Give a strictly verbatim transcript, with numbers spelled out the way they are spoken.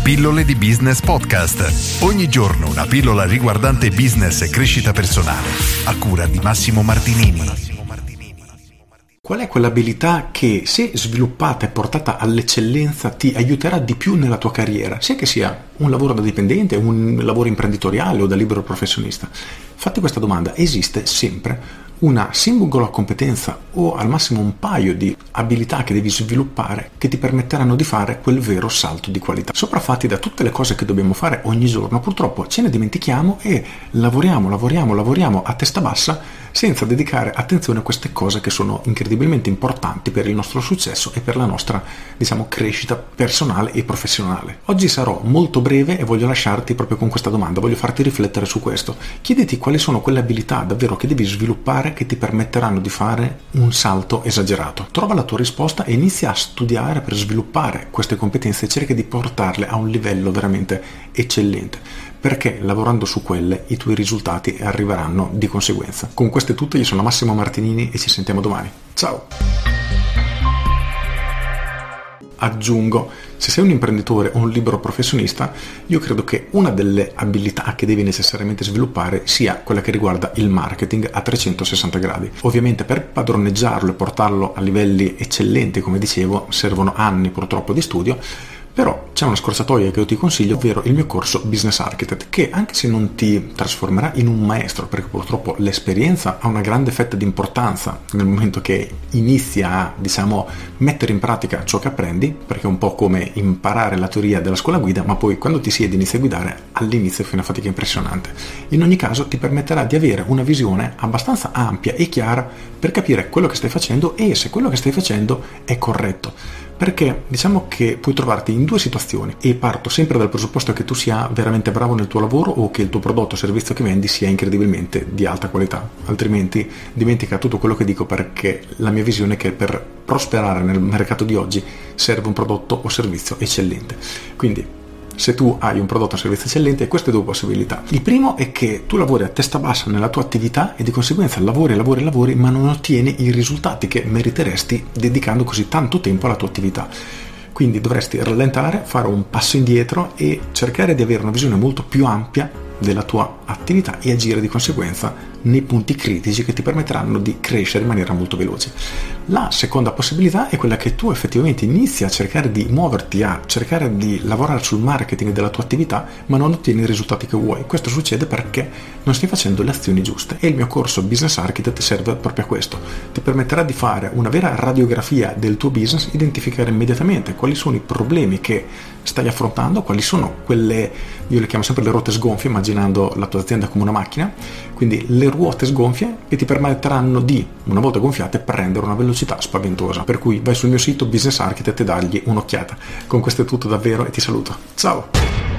Pillole di Business Podcast. Ogni giorno una pillola riguardante business e crescita personale. A cura di Massimo Martinini. Qual è quell'abilità che, se sviluppata e portata all'eccellenza, ti aiuterà di più nella tua carriera, sia che sia un lavoro da dipendente, un lavoro imprenditoriale o da libero professionista? Fatti questa domanda: esiste sempre una singola competenza o al massimo un paio di abilità che devi sviluppare che ti permetteranno di fare quel vero salto di qualità? Sopraffatti da tutte le cose che dobbiamo fare ogni giorno, purtroppo ce ne dimentichiamo e lavoriamo, lavoriamo, lavoriamo a testa bassa senza dedicare attenzione a queste cose che sono incredibilmente importanti per il nostro successo e per la nostra, diciamo, crescita personale e professionale. Oggi sarò molto breve e voglio lasciarti proprio con questa domanda, voglio farti riflettere su questo. Chiediti quali sono quelle abilità davvero che devi sviluppare che ti permetteranno di fare un salto esagerato. Trova la tua risposta e inizia a studiare per sviluppare queste competenze e cerca di portarle a un livello veramente eccellente, perché lavorando su quelle i tuoi risultati arriveranno di conseguenza. Con questo è tutto, io sono Massimo Martinini e ci sentiamo domani. Ciao! Aggiungo, se sei un imprenditore o un libero professionista, io credo che una delle abilità che devi necessariamente sviluppare sia quella che riguarda il marketing a trecentosessanta gradi. Ovviamente per padroneggiarlo e portarlo a livelli eccellenti, come dicevo, servono anni purtroppo di studio, però c'è una scorciatoia che io ti consiglio, ovvero il mio corso Business Architect, che anche se non ti trasformerà in un maestro, perché purtroppo l'esperienza ha una grande fetta di importanza nel momento che inizi a, diciamo, mettere in pratica ciò che apprendi, perché è un po' come imparare la teoria della scuola guida, ma poi quando ti siedi e inizi a guidare, all'inizio fai una fatica impressionante. In ogni caso ti permetterà di avere una visione abbastanza ampia e chiara per capire quello che stai facendo e se quello che stai facendo è corretto. Perché diciamo che puoi trovarti in due situazioni e parto sempre dal presupposto che tu sia veramente bravo nel tuo lavoro o che il tuo prodotto o servizio che vendi sia incredibilmente di alta qualità, altrimenti dimentica tutto quello che dico, perché la mia visione è che per prosperare nel mercato di oggi serve un prodotto o servizio eccellente. Quindi se tu hai un prodotto o servizio eccellente, hai queste due possibilità. Il primo è che tu lavori a testa bassa nella tua attività e di conseguenza lavori, lavori, lavori, ma non ottieni i risultati che meriteresti dedicando così tanto tempo alla tua attività. Quindi dovresti rallentare, fare un passo indietro e cercare di avere una visione molto più ampia della tua attività e agire di conseguenza nei punti critici che ti permetteranno di crescere in maniera molto veloce. La seconda possibilità è quella che tu effettivamente inizi a cercare di muoverti, a cercare di lavorare sul marketing della tua attività, ma non ottieni i risultati che vuoi. Questo succede perché non stai facendo le azioni giuste e il mio corso Business Architect serve proprio a questo. Ti permetterà di fare una vera radiografia del tuo business, identificare immediatamente quali sono i problemi che stai affrontando, quali sono quelle, io le chiamo sempre le ruote sgonfie, immaginando la tua azienda come una macchina, quindi le ruote sgonfie che ti permetteranno di, una volta gonfiate, prendere una velocità spaventosa. Per cui vai sul mio sito Business Architect e dargli un'occhiata. Con questo è tutto davvero e ti saluto. Ciao!